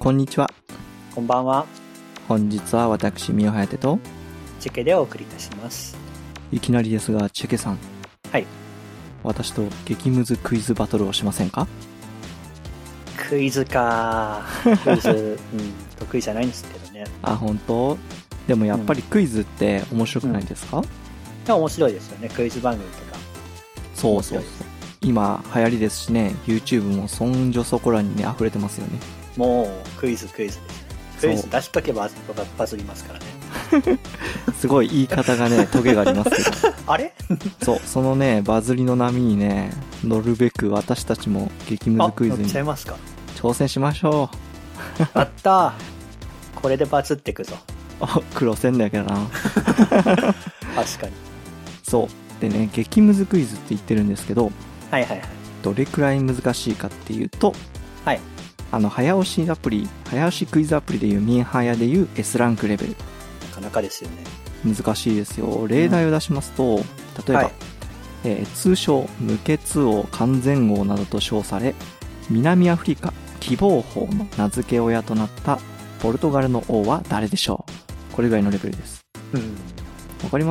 こんにちは。 こんばんは。 本日は私、三尾颯とチェケでお送りいたします。 いきなりですが、チェケさん。 はい。 私と激ムズクイズバトルをしませんか？ クイズか。クイズ、得意じゃないんですけどね。 あ、本当？でもやっぱりクイズって面白くないですか？ いや、面白いですよね。クイズ番組とか。 そうそうそう。今流行りですしね、YouTube もそんじょそこらにね、溢れてますよね。 もう、クイズです。クイズ出しとけばバズりますからね。 すごい言い方がね、トゲがありますけど。 あれそう、そのね、バズりの波にね、乗るべく私たちも激ムズクイズに乗っちゃいますか？ 挑戦しましょう。あったー。これでバズってくぞ。 苦労せんだけどな。 確かに。 そう。でね、激ムズクイズって言ってるんですけど、 はいはいはい。 どれくらい難しいかっていうと、 はい。 早押しクイズアプリでいうミンハヤでいう S ランクレベル。 なかなかですよね。 難しいですよ。例題を出しますと、例えば、通称無血王完全王などと称され、南アフリカ喜望峰の名付け親となったポルトガルの王は誰でしょう？これぐらいのレベルです。わかります？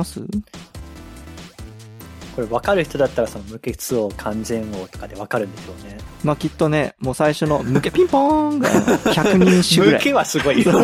これ分かる人だったらその無血王完全王とかで分かるんでしょうね。 まあきっとね、もう最初の無血ピンポーンぐらいの100人種ぐらい。 無血はすごいよ。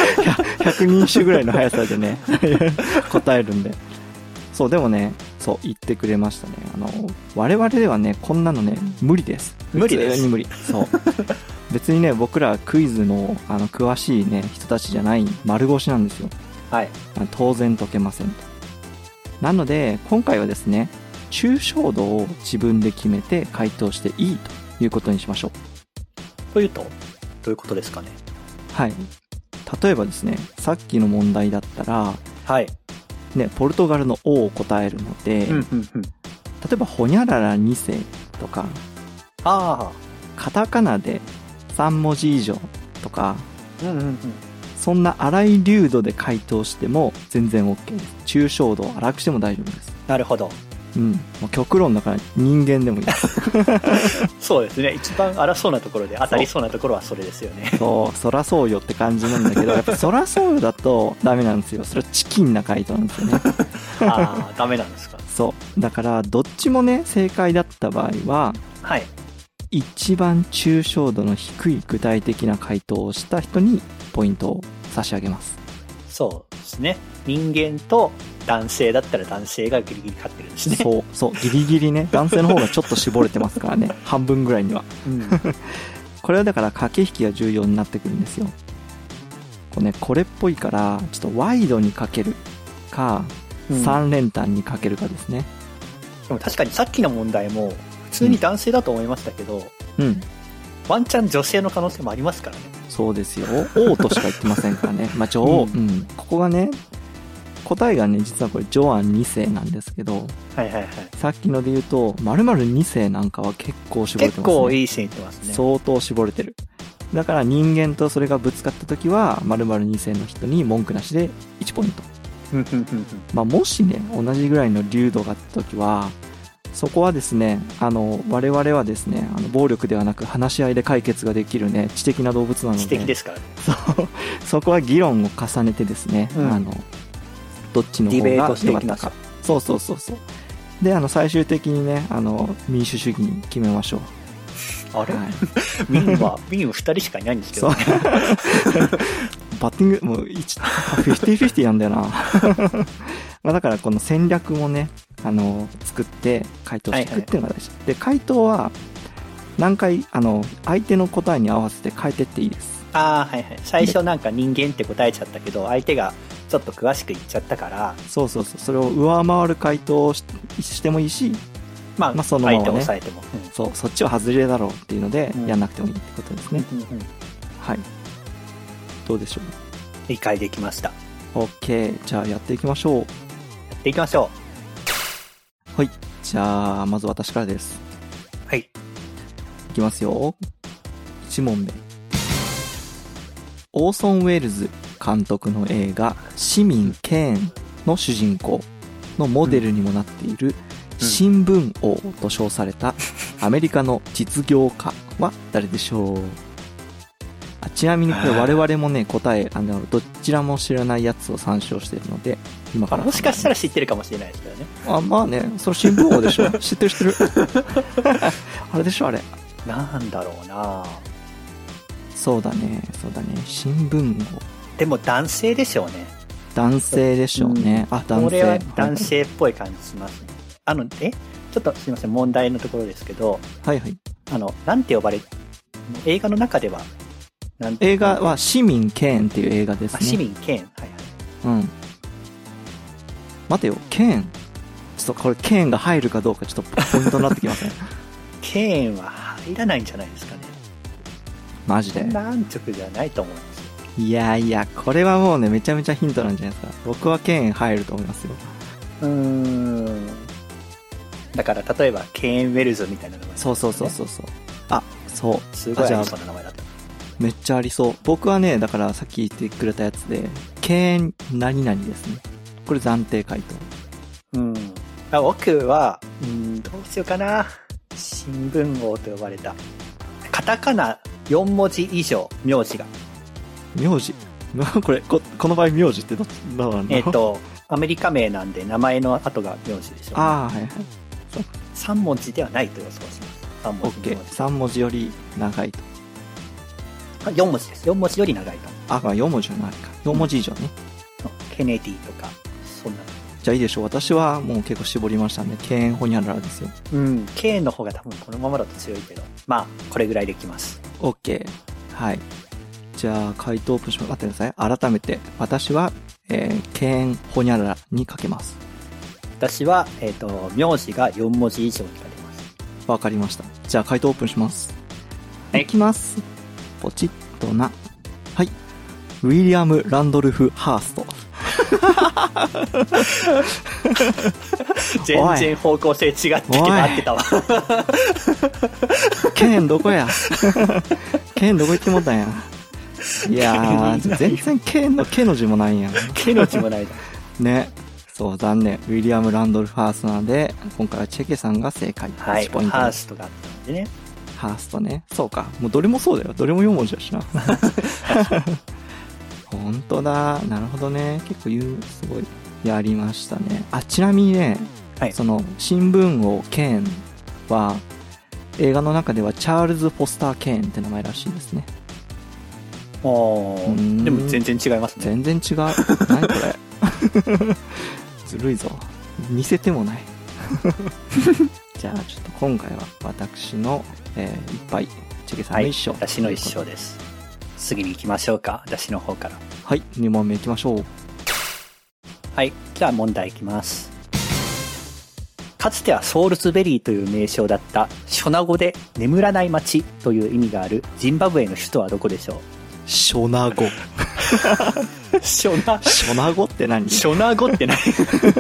100人種ぐらいの速さでね、答えるんで。そう、でもね、そう言ってくれましたね。我々ではね、こんなのね、無理です。 無理です。 普通に無理。そう。別にね、僕らクイズの、詳しいね、人たちじゃない丸腰なんですよ。 はい。 当然解けませんと。なので、今回はですね、抽象度を自分で決めて回答していいということにしましょう。 というと、どういうことですかね。 はい。例えばですね、さっきの問題だったら、 はい。 ね、ポルトガルの王を答えるので、例えば、ホニャララ2世とか、カタカナで3文字以上とか、そんな荒い流度で回答しても全然 OK です。抽象度を荒くしても大丈夫です。 なるほど。 もう極論だから人間でもいいです。 そうですね。一番荒そうなところで当たりそうなところはそれですよね。 そう、そらそうよって感じなんだけど、やっぱそらそうよだとダメなんですよ。それはチキンな回答なんですよね。 ダメなんですか。 そう。だからどっちもね、正解だった場合は、 はい。 一番抽象度の低い具体的な回答をした人にポイントを差し上げます。 そうですね。人間と男性だったら男性がギリギリ勝ってるんですね。 そう、ギリギリね、男性の方がちょっと絞れてますからね。半分ぐらいには。これはだから駆け引きが重要になってくるんですよ。これっぽいから、ちょっとワイドにかけるか、3連単にかけるかですね。 でも確かにさっきの問題も、普通に男性だと思いましたけど、ワンチャン女性の可能性もありますからね。 そうですよ。王としか言ってませんからね。まあ、女王、ここがね、答えがね、実はこれ、ジョアン2世なんですけど、さっきので言うと、〇〇2世なんかは結構絞れてますね。 結構いい線いってますね。 相当絞れてる。だから人間とそれがぶつかった時は、〇〇2世の人に文句なしで1ポイント。まあ、もしね、同じぐらいの流度があった時は、そこはですね、我々はですね、暴力ではなく話し合いで解決ができるね、知的な動物なので。 知的ですからね。 そこは議論を重ねてですね、どっちの方が良かったか。そう。で、最終的にね、民主主義に決めましょう。 あれ、民は2人しかいないんですけどね。 バッティング、もう、50-50なんだよな。まあだからこの戦略もね、作って回答していくっていうのが大事。で、回答は、何回、相手の答えに合わせて変えてっていいです。 最初なんか人間って答えちゃったけど、相手がちょっと詳しく言っちゃったから。 そう。それを上回る回答をしてもいいし、まあそのままね。 相手を抑えても。 そっちは外れだろうっていうので、やんなくてもいいってことですね。はい。どうでしょう？ 理解できました。 OK。じゃあやっていきましょう。 やっていきましょう。はい。じゃあ、まず私からです。 はい。 いきますよ。1問目。オーソン・ウェルズ監督の映画市民ケーンの主人公のモデルにもなっている新聞王と称されたアメリカの実業家は誰でしょう？ ちなみにこれ我々もね、答え、どちらも知らないやつを参照しているので、今から。 もしかしたら知ってるかもしれないですけどね。 まあね、それ新聞王でしょ知ってる知ってる。あれでしょあれ。 なんだろうな。 そうだね、新聞王。 でも男性でしょうね。 男性でしょうね。男性。 これは男性っぽい感じしますね。ちょっとすいません、問題のところですけど。 はいはい。 なんて呼ばれ、映画の中では、 映画は市民ケーンっていう映画ですね。 市民ケーン。はいはい。うん。待てよ、ケーン。ちょっとこれケーンが入るかどうかちょっとポイントになってきません。 ケーンは入らないんじゃないですかね。 マジで。 安直じゃないと思います。 いや、これはもうね、めちゃめちゃヒントなんじゃないですか。僕はケーン入ると思いますよ。 だから例えばケーン・ウェルズみたいな名前、ね、 そう。そう。 すごいありそうな名前だった。 めっちゃありそう。僕はね、だからさっき言ってくれたやつで、ケーン何々ですね。これ暫定回答。僕は、どうしようかな。新聞王と呼ばれた。カタカナ4文字以上、名字が。 名字この場合名字ってどうなの？ アメリカ名なんで名前の後が名字でしょう、ね。 はい。 3文字ではないと予想します。3文字。 3文字より長いと。 4文字です。4文字より長いと。 4文字じゃないか。4文字以上ね。 ケネディとか、そんな。 じゃあいいでしょう。私はもう結構絞りましたんで、ケーンホニャララですよ。 ケーンの方が多分このままだと強いけど、まあ、これぐらいできます。 OK。はい。じゃあ、回答オープンします。待ってください。改めて、私は、ケーンホニャララにかけます。 私は、名字が4文字以上にかけます。 わかりました。じゃあ、回答オープンします。いきます。ポチッとな。はい。ウィリアム・ランドルフ・ハースト。 全然方向性違ってけど合ってたわ。 ケーンどこや。ケーンどこ行ってもったんや。いやー、全然ケーンのケの字もないやん。 ケの字もないだ。 ね。そう、残念。ウィリアム・ランドルフ・ハーストなので、今回はチェケさんが正解。 はい。 1ポイント。 ハーストがあったのでね。 ハーストね。そうか。もうどれもそうだよ。どれも4文字だしな。本当だ。なるほどね。結構すごいやりましたね。ちなみにね、はい、その新聞王ケーンは映画の中ではチャールズ・フォスター・ケーンって名前らしいですね。 でも全然違いますね。 全然違う。何これ。ずるいぞ。似せてもない。じゃあちょっと今回は私の、いっぱいチェケさんの一勝、 はい、私の一勝です。次に行きましょうか。私の方から。 はい、2問目行きましょう。 はい、じゃあ問題いきます。かつてはソールズベリーという名称だったショナ語で眠らない町という意味があるジンバブエの首都はどこでしょう？ ショナ語。ショナ語って何？ ショナ語って何？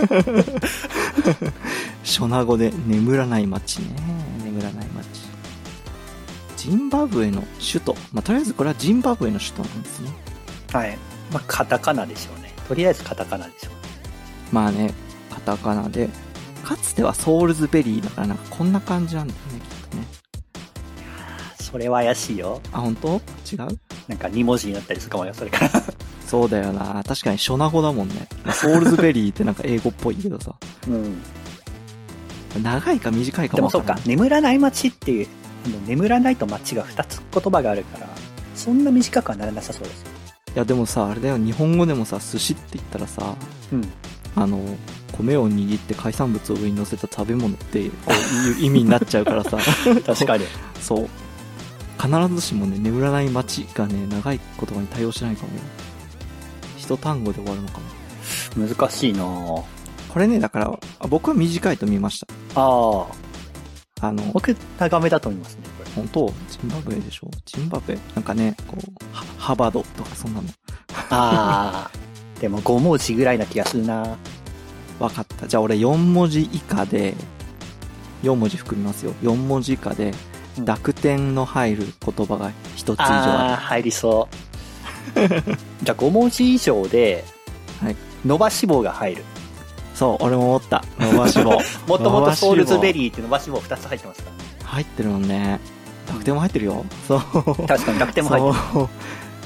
ショナ語で眠らない町ね。眠らない町。ジンバブエの首都。とりあえずこれはジンバブエの首都なんですね。 はい。カタカナでしょうね。とりあえずカタカナでしょうね。 まあね、カタカナで、かつてはソウルズベリーだからなんかこんな感じなんだよね、きっとね。 いやー、それは怪しいよ。 本当？違う？ なんか2文字になったりするかもよ、それから。 そうだよな。確かにショナ語だもんね。ソウルズベリーってなんか英語っぽいけどさ。長いか短いかも分からない。 でもそうか、眠らない街っていう、眠らないと街が2つ言葉があるから、そんな短くはならなさそうですよ。 いやでもさ、あれだよ、日本語でもさ、寿司って言ったらさ、米を握って海産物を上に乗せた食べ物っていう意味になっちゃうからさ。 確かに。 そう。必ずしもね、眠らない街がね、長い言葉に対応しないかもよ。一単語で終わるのかも。 難しいなぁ。 これね、だから、僕は短いと見ました。 僕、長めだと思いますね、これ。 本当？ジンバブエでしょ？ジンバブエなんかね、こう、ハバドとかそんなの。 でも5文字ぐらいな気がするな。 わかった。じゃあ俺4文字以下で、4文字含みますよ。4文字以下で、濁点の入る言葉が一つ以上ある。 入りそう。じゃあ5文字以上で、はい、伸ばし棒が入る。 そう、俺も思った。伸ばし棒。 もともとソウルズベリーって伸ばし棒2つ入ってますからね。 入ってるもんね。濁点も入ってるよ。そう。 確かに濁点も入ってる。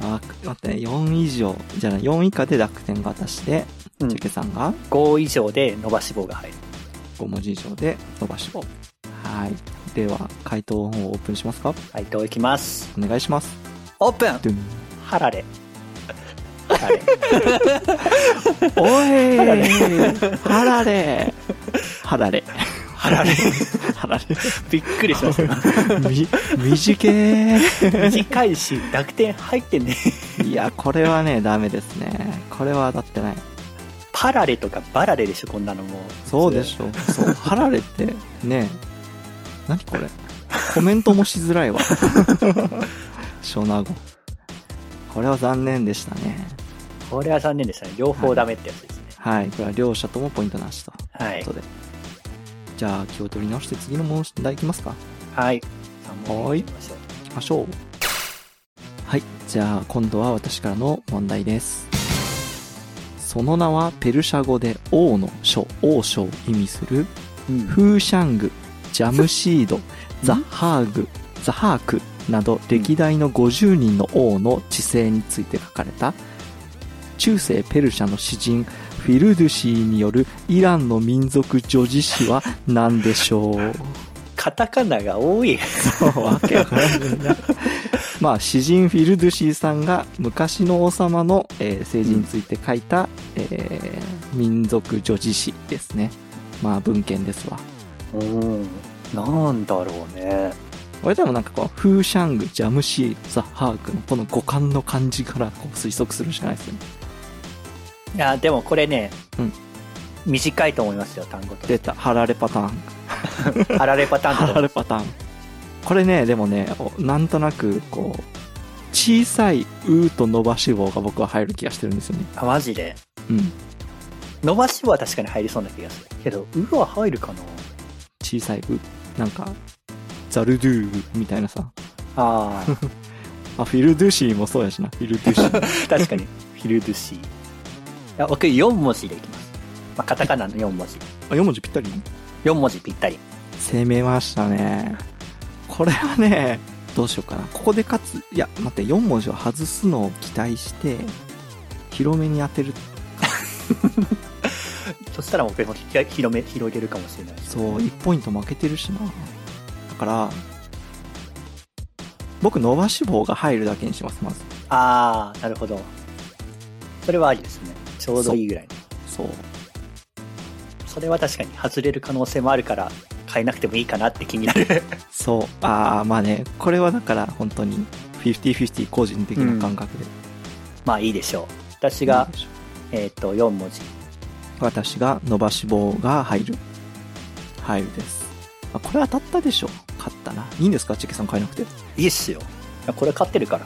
待ってね、4以上、じゃない、4以下で濁点が私で、チェケさんが 5以上で伸ばし棒が入る。 5文字以上で伸ばし棒。はい。では、回答の方をオープンしますか？ 回答いきます。 お願いします。 オープン。ハラレ。ハラレ。 おいハラレハラレハラレ。 ハラレ。 びっくりしました。 短いし、濁点入ってんね。 いや、これはね、ダメですね。これは当たってない。 パラレとかバラレでしょ、こんなのもう。 そうでしょ。そう。ハラレって、ね、何これ。コメントもしづらいわ。ショナ語。これは残念でしたね。 これは残念でしたね。両方ダメってやつですね。 はい。これは両者ともポイントなしと。 はい。 ということで。じゃあ、気を取り直して次の問題いきますか。 はい。3問目いきましょう。 いきましょう。はい。じゃあ、今度は私からの問題です。その名はペルシャ語で王の書、王書を意味する、フーシャング、ジャムシード、ザハークなど歴代の50人の王の治世について書かれた中世ペルシャの詩人フィルドゥシーによるイランの民族叙事詩は何でしょう？ カタカナが多い。 そう、わけわからないな。まあ、詩人フィルドゥシーさんが昔の王様の、政治について書いた、民族叙事詩ですね。まあ、文献ですわ。 なんだろうね。 俺でもなんかこう、フーシャング、ジャムシー、ザ・ハークのこの五感の感じからこう推測するしかないですよね。 いや、でもこれね、短いと思いますよ、単語と。 出た、ハラレパターン。 ハラレパターン。 ハラレパターン。これね、でもね、なんとなくこう、小さいウーと伸ばし棒が僕は入る気がしてるんですよね。 あ、マジで？ うん。 伸ばし棒は確かに入りそうな気がする。けど、ウは入るかな？ 小さいウ。なんか、ザルドゥーみたいなさ。 ああ。フィルドゥシーもそうやしな。フィルドゥシー。 確かに。フィルドゥシー。いや、僕4文字でいきます。まあ、カタカナの4文字。 あ、4文字ぴったり？ 4 文字ぴったり。 攻めましたね。これはね、どうしようかな。ここでいや、待って、4文字を外すのを期待して、広めに当てる。 そしたら僕も広げるかもしれない。 そう、1ポイント負けてるしな。だから、僕伸ばし棒が入るだけにします、まず。 あー、なるほど。それはありですね。ちょうどいいぐらい。 そう。 それは確かに外れる可能性もあるから変えなくてもいいかなって気になる。 そう。まあね、これはだから本当に 50-50 個人的な感覚で。 まあいいでしょう。私が、4文字。私が伸ばし棒が入るです。これ当たったでしょ。勝ったな。いいんですか、チェケさん変えなくて。 いいっすよ。これ勝ってるから。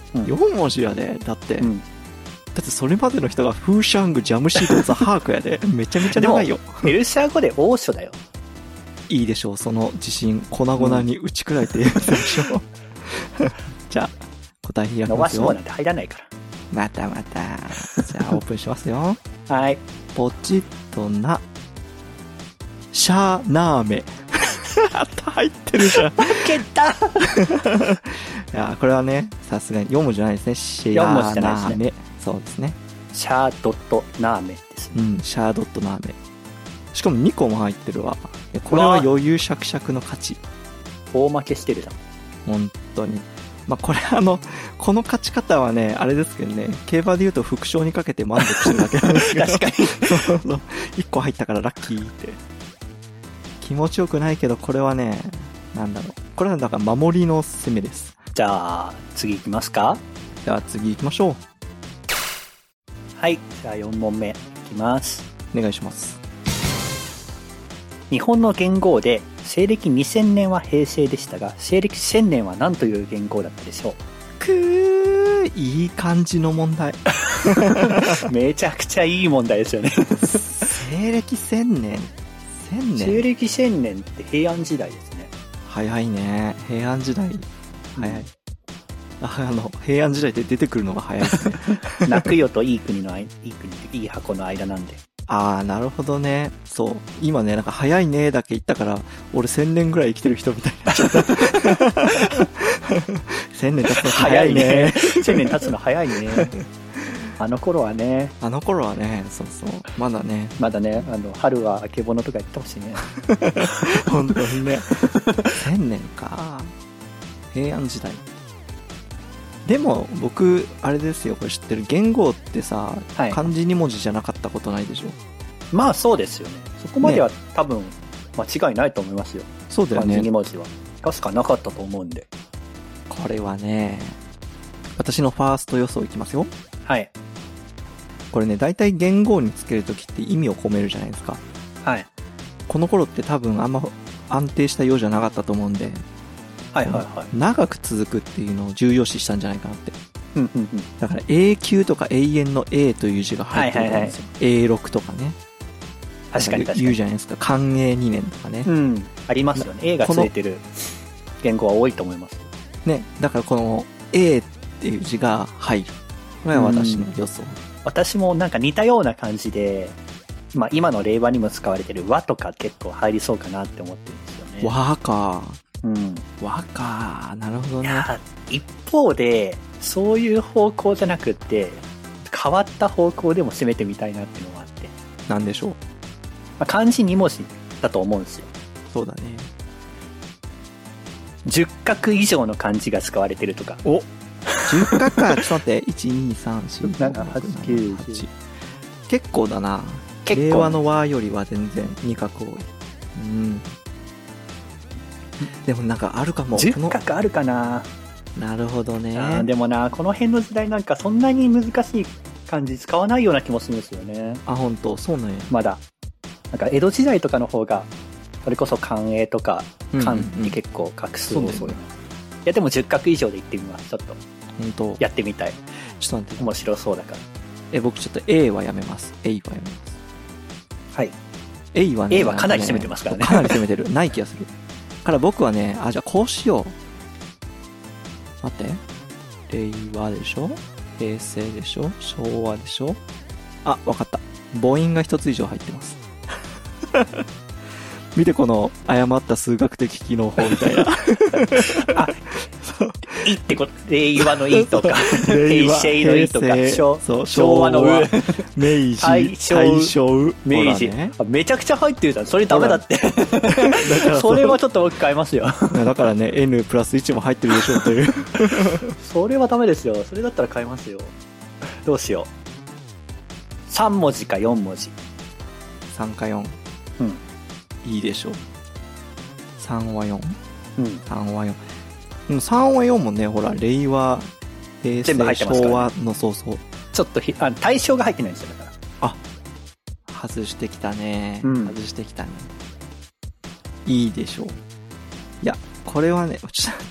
4文字やで。だって、だってそれまでの人がフーシャング、ジャムシート、ザ・ハークやで。めちゃめちゃ長いよ。 ペルシャ語で王書だよ。 いいでしょう。その自信、粉々に打ち砕いてやるでしょう。じゃあ、答え開きますよ。 伸ばし棒なんて入らないから。 また。じゃあ、オープンしますよ。 はい。 ポチッとな、シャーナーメ。入ってるじゃん。 負けた。 いや、これはね、さすがに4文字じゃないですね。シャーナーメ。そうですね。 シャードットナーメですね。 シャードットナーメ。しかも2個も入ってるわ。これは余裕しゃくしゃくの勝ち。 大負けしてるじゃん。 本当に。まあ、これこの勝ち方はね、あれですけどね、競馬で言うと副賞にかけて満足してるだけなんですけど。 確かに。 そう。1個入ったからラッキーって。気持ちよくないけど、これはね、なんだろう。これはだから守りの攻めです。 じゃあ、次行きますか？ じゃあ次行きましょう。 はい。じゃあ4問目いきます。 お願いします。 日本の元号で、西暦2000年は平成でしたが、西暦1000年は何という元号だったでしょう？ いい感じの問題。 めちゃくちゃいい問題ですよね。 西暦1000年。 西暦1000年って平安時代ですね。 早いね。平安時代。早い。平安時代って出てくるのが早いですね。 泣くよといい国のいい箱の間なんで。 あー、なるほどね。そう。今ね、なんか早いねだけ言ったから、俺1000年ぐらい生きてる人みたいになっちゃった。1000年経つの早いね。 1000年経つの早いね。あの頃はね。 そうそう。まだね、 春はあけぼのとか言ってほしいね。 本当にね。1000年か。平安時代。でも僕あれですよ、これ知ってる？元号ってさ、はい、漢字2文字じゃなかったことないでしょ？ まあそうですよね。そこまでは多分間違いないと思いますよ。 そうだよね。 漢字2文字は確かなかったと思うんで。 これはね、私のファースト予想いきますよ。 はい。 これね、大体元号につけるときって意味を込めるじゃないですか。 はい。 この頃って多分あんま安定したようじゃなかったと思うんで、 はいはいはい。 長く続くっていうのを重要視したんじゃないかなって。 うんうんうん。 だから永久とか永遠の A という字が入ってると思うんですよ。はいはいはい、A6 とかね。 確かに言うじゃないですか。寛永2年とかね。 うん。ありますよね。A がついてる言語は多いと思います。 ね。だからこの A っていう字が入る。これは私の予想。 私もなんか似たような感じで、まあ今の令和にも使われてる和とか結構入りそうかなって思ってるんですよね。 和か。 うん。 和か。なるほどね。 いや、一方で、そういう方向じゃなくって、変わった方向でも攻めてみたいなっていうのがあって。 なんでしょう。 まあ、漢字2文字だと思うんですよ。 そうだね。 10画以上の漢字が使われてるとか。 お10画か。ちょっと待って。1、2、3、4、 5、7、8、9、10。 結構だな。 結構。 令和の和よりは全然2画多い。うん。でもなんかあるかも。 10画あるかな。 なるほどね。 でもな、この辺の時代なんかそんなに難しい漢字使わないような気もするんですよね。 あ、本当そうなんや。 まだ。なんか江戸時代とかの方が、それこそ寛永とか漢って結構画数多そう。いやでも10画以上で言ってみます。ちょっと。 本当。 やってみたい。 ちょっと待って。 面白そうだから。 僕ちょっと A はやめます。A はやめます。 はい。 A はね。 A はかなり攻めてますからね。 かなり攻めてる。ない気がする。から僕はね、じゃあこうしよう。待って。令和でしょ？平成でしょ？昭和でしょ？あ、わかった。母音が一つ以上入ってます。見てこの誤った数学的機能法みたいな。 あ、いってこと、令和のいとか、平成のいとか、昭和のう、 明治、大正、 明治、めちゃくちゃ入ってるじゃん。それダメだって。それはちょっと僕変えますよ。 だからね、N プラス1も入ってるでしょうという。 それはダメですよ。それだったら変えますよ。どうしよう。3文字か4文字。 3か4。 うん。 いいでしょう。3は4。 うん。 3は4。3は4もね、ほら、令和、平成、昭和の、そうそう。 ちょっと対象が入ってないんですよ、だから。 あ、外してきたね。 うん、 外してきたね。いいでしょう。いや、これはね、ちょっと待って。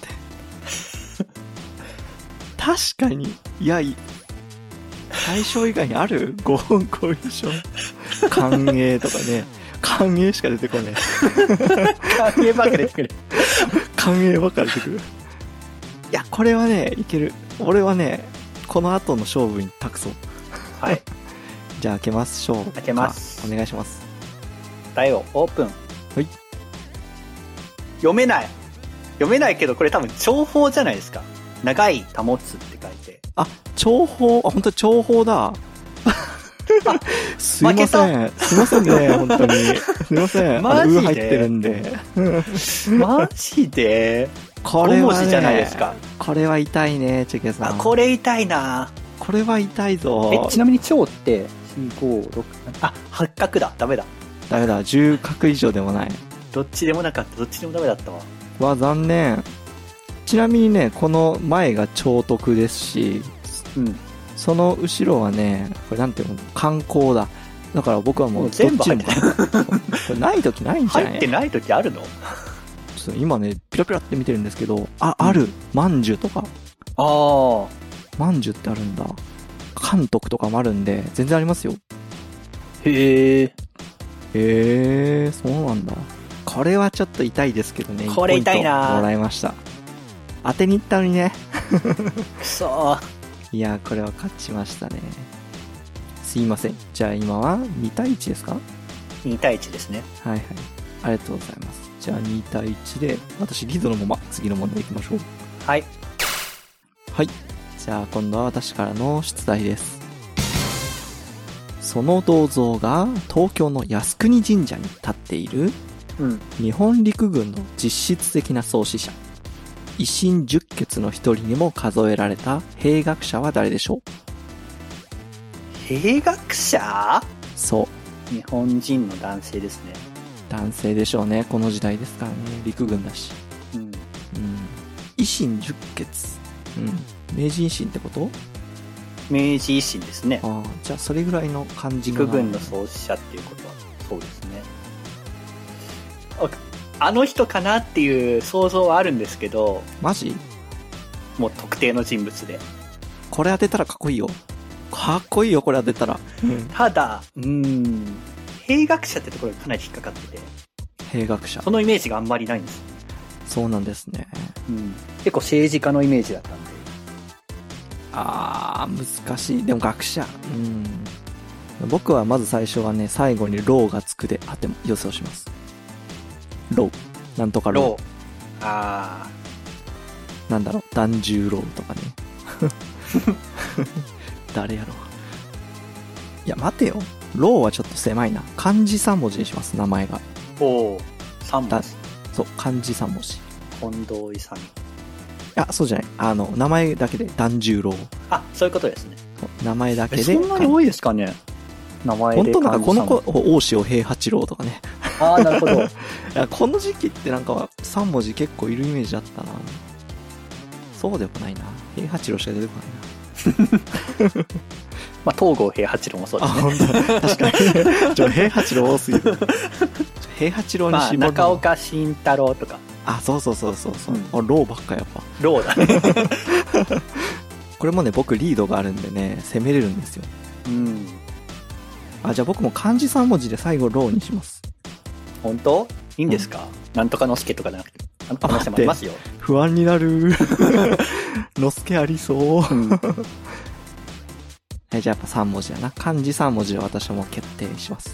確かに、いや、対象以外にある5本こういうでしょ。歓迎とかね。歓迎しか出てこない。 歓迎ばっか出てくる。 歓迎ばっか出てくる。いや、これはね、いける。俺はね、この後の勝負に託そう。 はい。 じゃあ開けましょう。 開けます。 お願いします。 答えをオープン。 はい。 読めない。読めないけど、これ多分長方じゃないですか。長い保つって書いて。 あ、長方、本当に長方だ。すいません。すいませんね、本当に。すいません。 マジで入ってるんで。 マジでこれはね、5 文字じゃないですか。 これは痛いね、チェケさん。 これ痛いな。 これは痛いぞ。 ちなみに蝶って、4、5、6、7、8画だ。ダメだ。 ダメだ。10画以上でもない。 どっちでもなかった。どっちでもダメだったわ。 残念。ちなみにね、この前が超得ですし、 うん。 その後ろはね、これなんていうの、観光だ。だから僕はもう全部入ってこれない時ないんじゃない？ 入ってない時あるの？ ちょっと今ね、ピラピラって見てるんですけど、ある。まんじゅうとか。まんじゅうってあるんだ。監督とかもあるんで、全然ありますよ。 へえ、 そうなんだ。これはちょっと痛いですけどね。 これ痛いな。 もらいました。当てに行ったのにね。 くそー。 いや、これは勝ちましたね。すすいません。じゃあ今は2対1ですか？ 2対1ですね。 はいはい。ありがとうございます。じゃあ2対1で、私リードのまま次の問題いきましょう。 はい。 はい。じゃあ今度は私からの出題です。その銅像が東京の靖国神社に立っている、日本陸軍の実質的な創始者、維新十傑の一人にも数えられた兵学者は誰でしょう？ 兵学者？ そう。 日本人の男性ですね。 男性でしょうね。この時代ですからね。陸軍だし。維新十傑。明治維新ってこと？ 明治維新ですね。 ああ、じゃあそれぐらいの感じの。 陸軍の創始者っていうことは、そうですね。あの人かなっていう想像はあるんですけど。 マジ？ もう特定の人物で。 これ当てたらかっこいいよ。かっこいいよ、これ当てたら。 ただ、兵学者ってところがかなり引っかかってて。 兵学者。 そのイメージがあんまりないんです。 そうなんですね。 結構政治家のイメージだったんで。 難しい。でも学者。僕はまず最初はね、最後にローがつくで予想します。ロー。なんとかロー。なんだろう、團十郎とかね。誰やろう。いや、待てよ。ローはちょっと狭いな。漢字3文字にします、名前が。 3文字。 そう、漢字3文字。 近藤勇。 そうじゃない。名前だけで團十郎。 そういうことですね。 名前だけで。 そんなに多いですかね。名前で。 本当なんかこの子、大塩平八郎とかね。 なるほど。 この時期ってなんか3文字結構いるイメージあったな。そうでもないな。平八郎しか出てこないな。 東郷平八郎もそうですね。 本当確かに。平八郎多すぎる。平八郎に絞る。 中岡慎太郎とか。 そう。ローばっかやっぱ。 ローだね。 これもね、僕リードがあるんでね、攻めれるんですよ。じゃあ僕も漢字3文字で最後ローにします。 本当？いいんですか？なんとかのすけとかじゃなくて。なんとかのすけもありますよ。 不安になる。のすけありそう。じゃあやっぱ3文字やな。漢字3文字で私はもう決定します。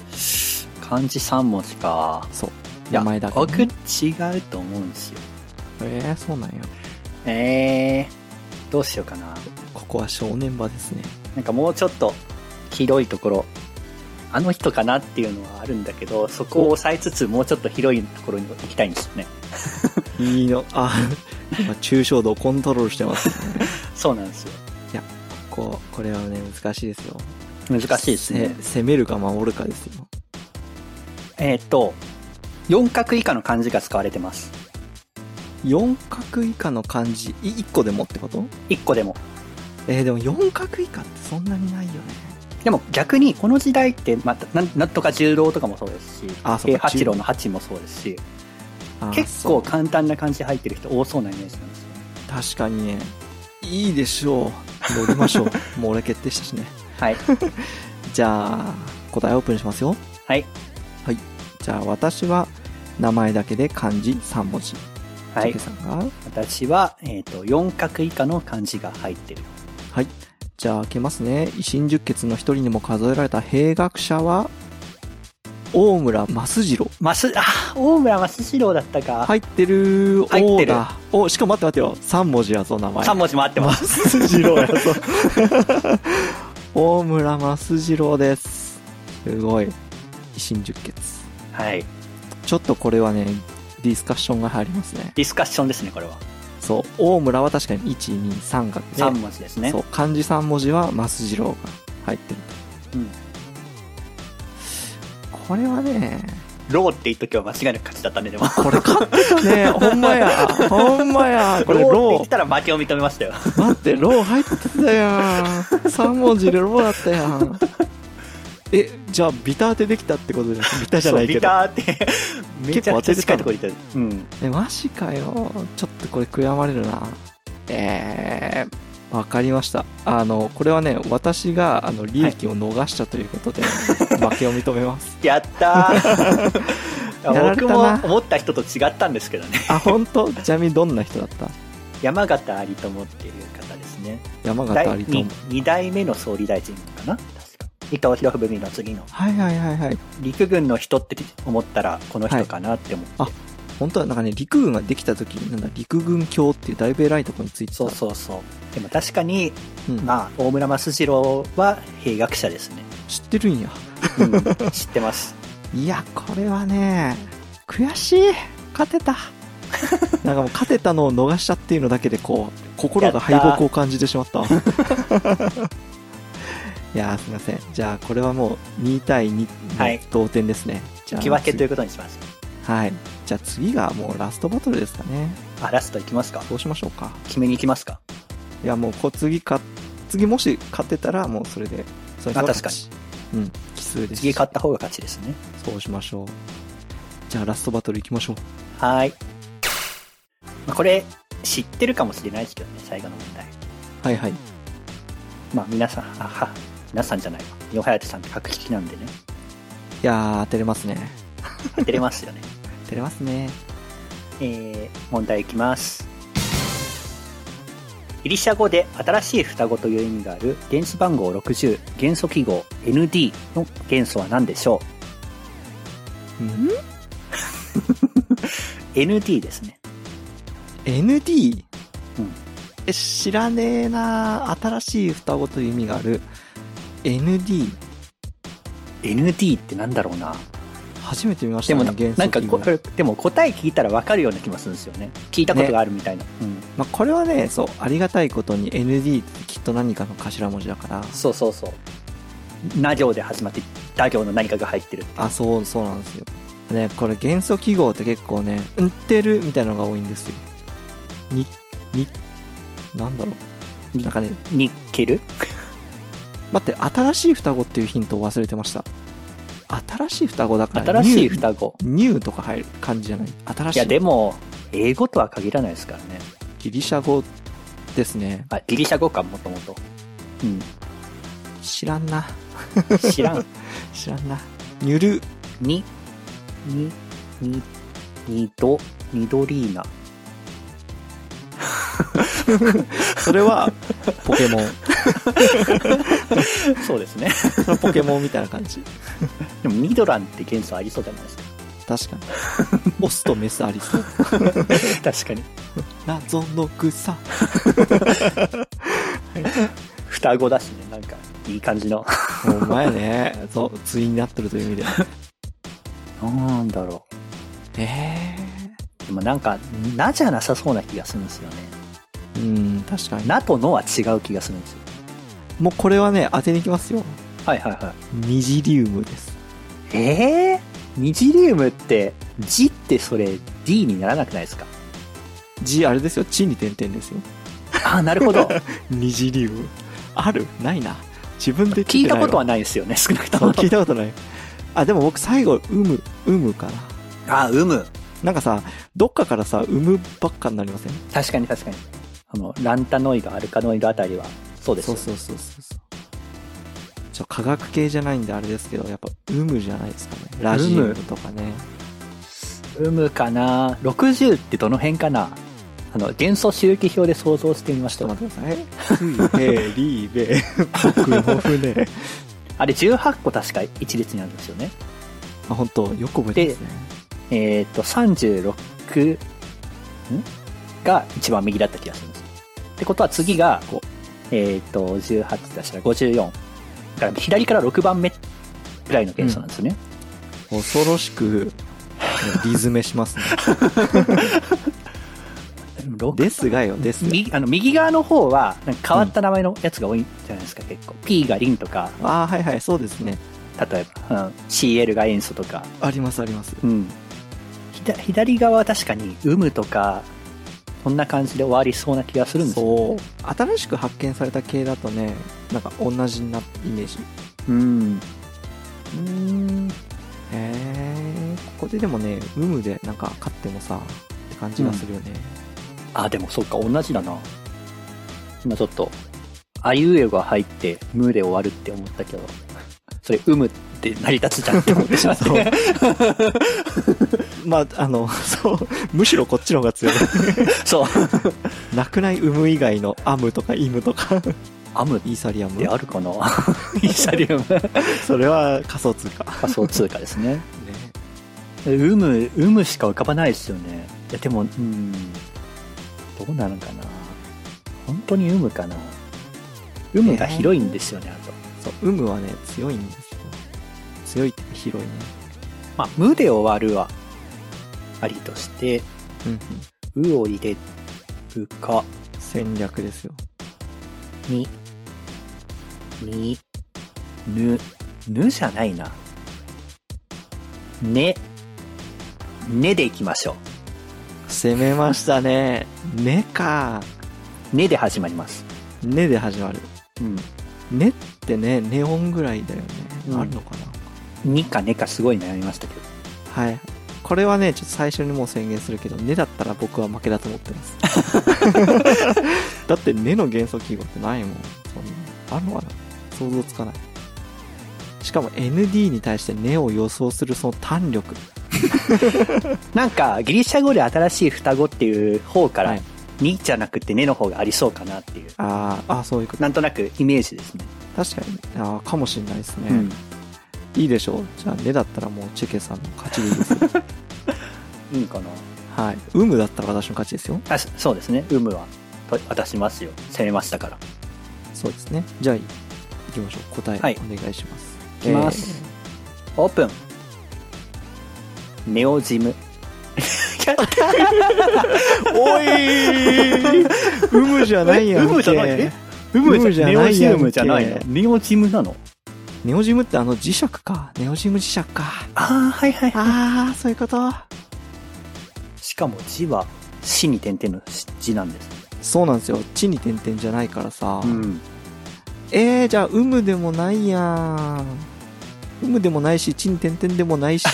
漢字3文字か。 そう。名前だけ、 僕違うと思うんですよ。 そうなんや。 どうしようかな。 ここは正念場ですね。 なんかもうちょっと広いところ、あの人かなっていうのはあるんだけど、そこを抑えつつもうちょっと広いところに行きたいんですよね。 いいの。抽象度をコントロールしてますね。 そうなんですよ。 いや、これはね、難しいですよ。 難しいですね。 攻めるか守るかですよ。 4画以下の漢字が使われてます。 4画以下の漢字、1個でもってこと？ 1 個でも。 でも4画以下ってそんなにないよね。 でも逆にこの時代ってなんとか十郎とかもそうですし、平八郎の八もそうですし、結構簡単な漢字入ってる人多そうなイメージなんですよ。 確かにね。いいでしょう。乗りましょう。もう俺決定したしね。 はい。 じゃあ答えオープンしますよ。 はい。 じゃあ私は名前だけで漢字3文字。 はい。 さんが私は4画以下の漢字が入ってる。 はい。じゃあ開けますね。維新十傑の一人にも数えられた兵学者は大村益次郎。 大村益次郎だったか。 入ってる。 入ってる。 しかも待ってよ。3文字やぞ、名前。 3文字も合ってます。 益次郎やぞ。大村益次郎です。すごい。維新十傑。 はい。 ちょっとこれはね、ディスカッションが入りますね。 ディスカッションですね、これは。 そう。大村は確かに1、2、3画で。 3文字ですね。 そう。漢字3文字は益次郎が入ってると。これはね、 ローって言っときは間違いなく勝ちだったね、でも。 これ勝ってたね。ほんまや。これロー。 って言ってたら負けを認めましたよ。 待って、ロー入ってたやん。3文字でローだったやん。じゃあビターでできたってことじゃない？ビターじゃないけど。 ビターってめちゃくちゃ近いところにいた。 マジかよ。ちょっとこれ悔やまれるな。わかりました。これはね、私が利益を逃したということで、負けを認めます。 やったー。僕も思った人と違ったんですけどね。 本当？ちなみにどんな人だった？ 山形有朋っていう方ですね。 山形有朋。 2代目の総理大臣かな。確か。 伊藤博文の次の。 はいはいはいはい。 陸軍の人って思ったら、この人かなって思って。 はい、あ、本当はなんかね、陸軍ができた時に、なんだ、陸軍卿っていうだいぶ偉いところについてた。 そうそうそう。でも確かに、まあ、大村益次郎は兵学者ですね。 知ってるんや。 うん、知ってます。 いや、これはね、悔しい。勝てた。なんかもう勝てたのを逃しちゃっていうのだけでこう、心が敗北を感じてしまった。いやー、すいません。じゃあ、これはもう2対2の同点ですね。じゃあ引き分けということにします。 はい。じゃあ次がもうラストバトルですかね。 あ、ラストいきますか。 どうしましょうか。 決めに行きますか。 いや、もう次もし勝てたらもうそれで。 あ、確かに。 うん。奇数です。 次勝った方が勝ちですね。 そうしましょう。じゃあラストバトル行きましょう。 はい。まあ、これ、知ってるかもしれないですけどね、最後の問題。 はいはい。 まあ皆さん、皆さんじゃないわ。ヨハヤテさんって格式なんでね。 いやー、当てれますね。 当てれますよね。 当てれますね。 問題いきます。ギリシャ語で新しい双子という意味がある原子番号60、元素記号 ND の元素は何でしょう？ND ですね。 ND？ うん。 知らねえな。新しい双子という意味がある ND。 ND ってなんだろうな。 初めて見ましたね。 でもなんかでも答え聞いたら分かるような気もするんですよね。聞いたことがあるみたいな、ね。うん。 まあこれはね、そう、ありがたいことに ND ってきっと何かの頭文字だから。 そうそうそう。な行で始まって打行の何かが入ってる。 あ、そうなんですよ。ね、これ元素記号って結構ね、売ってるみたいなのが多いんですよ。なんだろう。なんかね、 ニッケル？ 待って、新しい双子っていうヒントを忘れてました。新しい双子だから。 新しい双子。 ニューとか入る感じじゃない。新しい。 いや、でも、英語とは限らないですからね。 ギリシャ語ですね。 あ、ギリシャ語か、もともと。うん。 知らんな。 知らん。 知らんな。ニュル。 ニドリーナ。 それは、ポケモン。 そうですね。 ポケモンみたいな感じ。 でも、ミドランって元素ありそうじゃないですか。 確かに。オスとメスありそう。 確かに。 謎の草。 双子だしね、なんか、いい感じの。 お前ね、そう、対になってるという意味で。 なんだろう。でもなんか、なじゃなさそうな気がするんですよね。 確かに。 なとのは違う気がするんですよ。 もうこれはね、当てに行きますよ。 はいはいはい。 ニジリウムです。 ニジリウムって、G ってそれ D にならなくないですか？ G あれですよ、地に点々ですよ。 あ、なるほど。 ニジリウム。ある？ないな。自分で聞いたことはないですよね、少なくとも。 聞いたことない。あ、でも僕最後、ウムかな。 あ、ウム。 なんかさ、どっかからさ、ウムばっかになりません？ 確かに確かに。ランタノイド、アルカノイドあたりは、そうですよ。 そう。科学系じゃないんであれですけど、やっぱウムじゃないですかね。ラジウムとかね。 ウムかな。60ってどの辺かな。元素周期表で想像してみました。 ちょっと待ってください。水平リーベ僕の船。 あれ18個確か一列にあるんですよね。 あ、本当よく覚えてますね。36が一番右だった気がするんです。ってことは次が18出したら54。だから左から6番目ぐらいの元素なんですよね。 恐ろしくリズメしますね。ですがよ、ですが。 右側の方はなんか変わった名前のやつが多いじゃないですか、結構。P がリンとか。 ああ、はいはい、そうですね。 例えば、CL が塩素とか。 ありますあります。 うん。左側は確かに、ウムとか、こんな感じで終わりそうな気がするんですよ、ね。 そう。新しく発見された系だとね、なんか同じなイメージ。ここででもね、ウムでなんか勝ってもさ、って感じがするよね。 あ、でもそうか、同じだな。今ちょっと、あいうえが入って、ムで終わるって思ったけど、それ、ムって成り立つじゃんって思ってしまって。 まあ、そう、むしろこっちの方が強い。 そう。 なくないム以外のアムとかイムとか。 アムイーサリアムであるかなイーサリアムそれは仮想通貨。 仮想通貨ですね。 ね。 ウムしか浮かばないですよね。いやでもどうなのかな。本当にウムかな。ウムが広いんですよね、あと。 そう、ウムはね、強いんですよ。強いっていうか広いね。 まあ、無で終わるはありとして、うを入れるか。 戦略ですよ。 ぬじゃないな。ねでいきましょう。 攻めましたね。ねか。 ねで始まります。 ねで始まる。 うん。 ねってね、ネオンぐらいだよね。あるのかな。 にかねかすごい悩みましたけど。 はい。これはね、ちょっと最初にもう宣言するけど、ねだったら僕は負けだと思ってます。だってねの元素記号ってないもん。そんな。あるのかな。想像つかない。しかも ND に対してねを予想するその弾力。 なんかギリシャ語で新しい双子っていう方から、 はい、 にじゃなくてねの方がありそうかなっていう。 そういうこと。 なんとなくイメージですね。 確かに。かもしれないですね。いいでしょう。じゃあねだったらもうチェケさんの勝ちでいいですよ。 いいかな。 はい。ウムだったら私の勝ちですよ。 そうですね。ウムは渡しますよ。攻めましたから。 そうですね。じゃあ行きましょう。答え、はい、お願いします。 いきます。オープン。ネオジム。 おいウムじゃないやんけ。 ウムじゃない。ウムじゃないやんけ。ネオジムじゃないの。ネオジムなの。 ネオジムって磁石か。ネオジム磁石か。 はいはいはい。 そういうこと。 しかも字は死に点々の字なんです。 そうなんですよ。地に点々じゃないからさ。じゃあウムでもないやん。ウムでもないし、地に点々でもないし。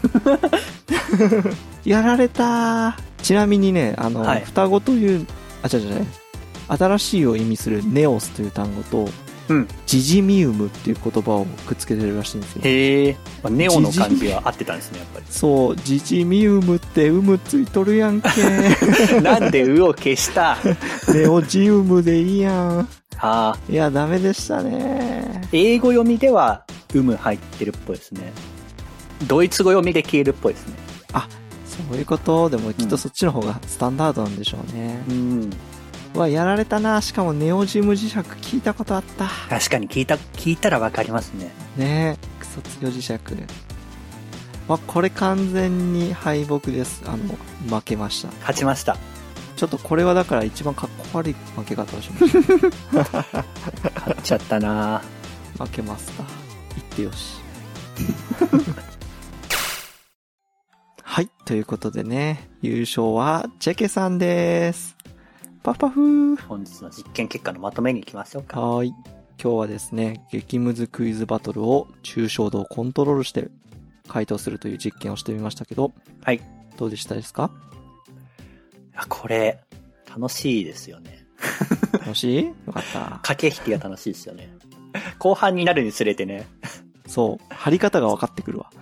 やられた。ちなみにね、はい、双子という、新しいを意味するネオスという単語と、ジジミウムっていう言葉をくっつけてるらしいんですよ。 へえ。ネオの感じは合ってたんですね、やっぱり。 そう、ジジミウムってウムついとるやんけ。 なんでウを消したネオジウムでいいやん。いや、ダメでしたね。 英語読みではウム入ってるっぽいですね。ドイツ語読みで消えるっぽいですね。 そういうこと。でもきっとそっちの方がスタンダードなんでしょうね。やられたな。しかもネオジム磁石聞いたことあった。 確かに聞いたらわかりますね。 ねえ、クソ強磁石。これ完全に敗北です。負けました。 勝ちました。 ちょっとこれはだから一番かっこ悪い負け方をしました。 勝っちゃったな。 負けました。言ってよし。はい。ということでね、優勝はチェケさんです。パフパフ。 本日の実験結果のまとめに行きましょうか。 はい。今日はですね、激ムズクイズバトルを抽象度をコントロールして回答するという実験をしてみましたけど、 はい。 どうでしたですか？ これ、楽しいですよね。 楽しい？よかった。 駆け引きが楽しいですよね。後半になるにつれてね。 そう。張り方が分かってくるわ。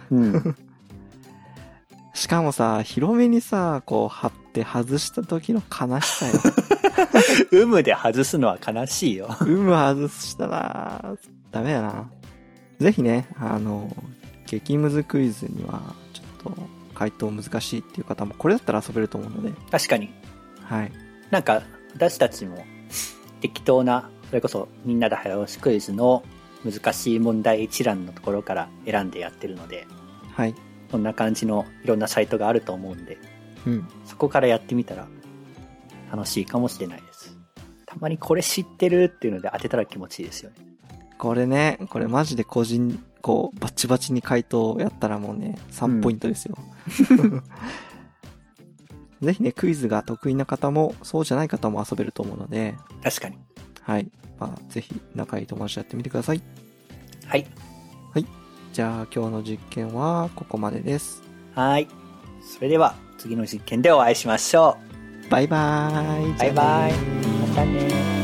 しかもさ、広めにさ、こう貼って外した時の悲しさよ。 有無で外すのは悲しいよ。 有無外したら、ダメだな。ぜひね、激ムズクイズには、ちょっと、回答難しいっていう方も、これだったら遊べると思うので。 確かに。 はい。 なんか、私たちも、適当な、それこそ、みんなで早押しクイズの難しい問題一覧のところから選んでやってるので。 はい。 こんな感じのいろんなサイトがあると思うんで、そこからやってみたら楽しいかもしれないです。たまにこれ知ってるっていうので当てたら気持ちいいですよね。 これマジでバチバチに回答やったらもうね、3ポイントですよ。ぜひね、クイズが得意な方も、そうじゃない方も遊べると思うので。 確かに。 はい。ぜひ仲いい友達とやってみてください。 はい。 はい。じゃあ今日の実験はここまでです。 はい。それでは次の実験でお会いしましょう。バイバーイ。 バイバイ。またね。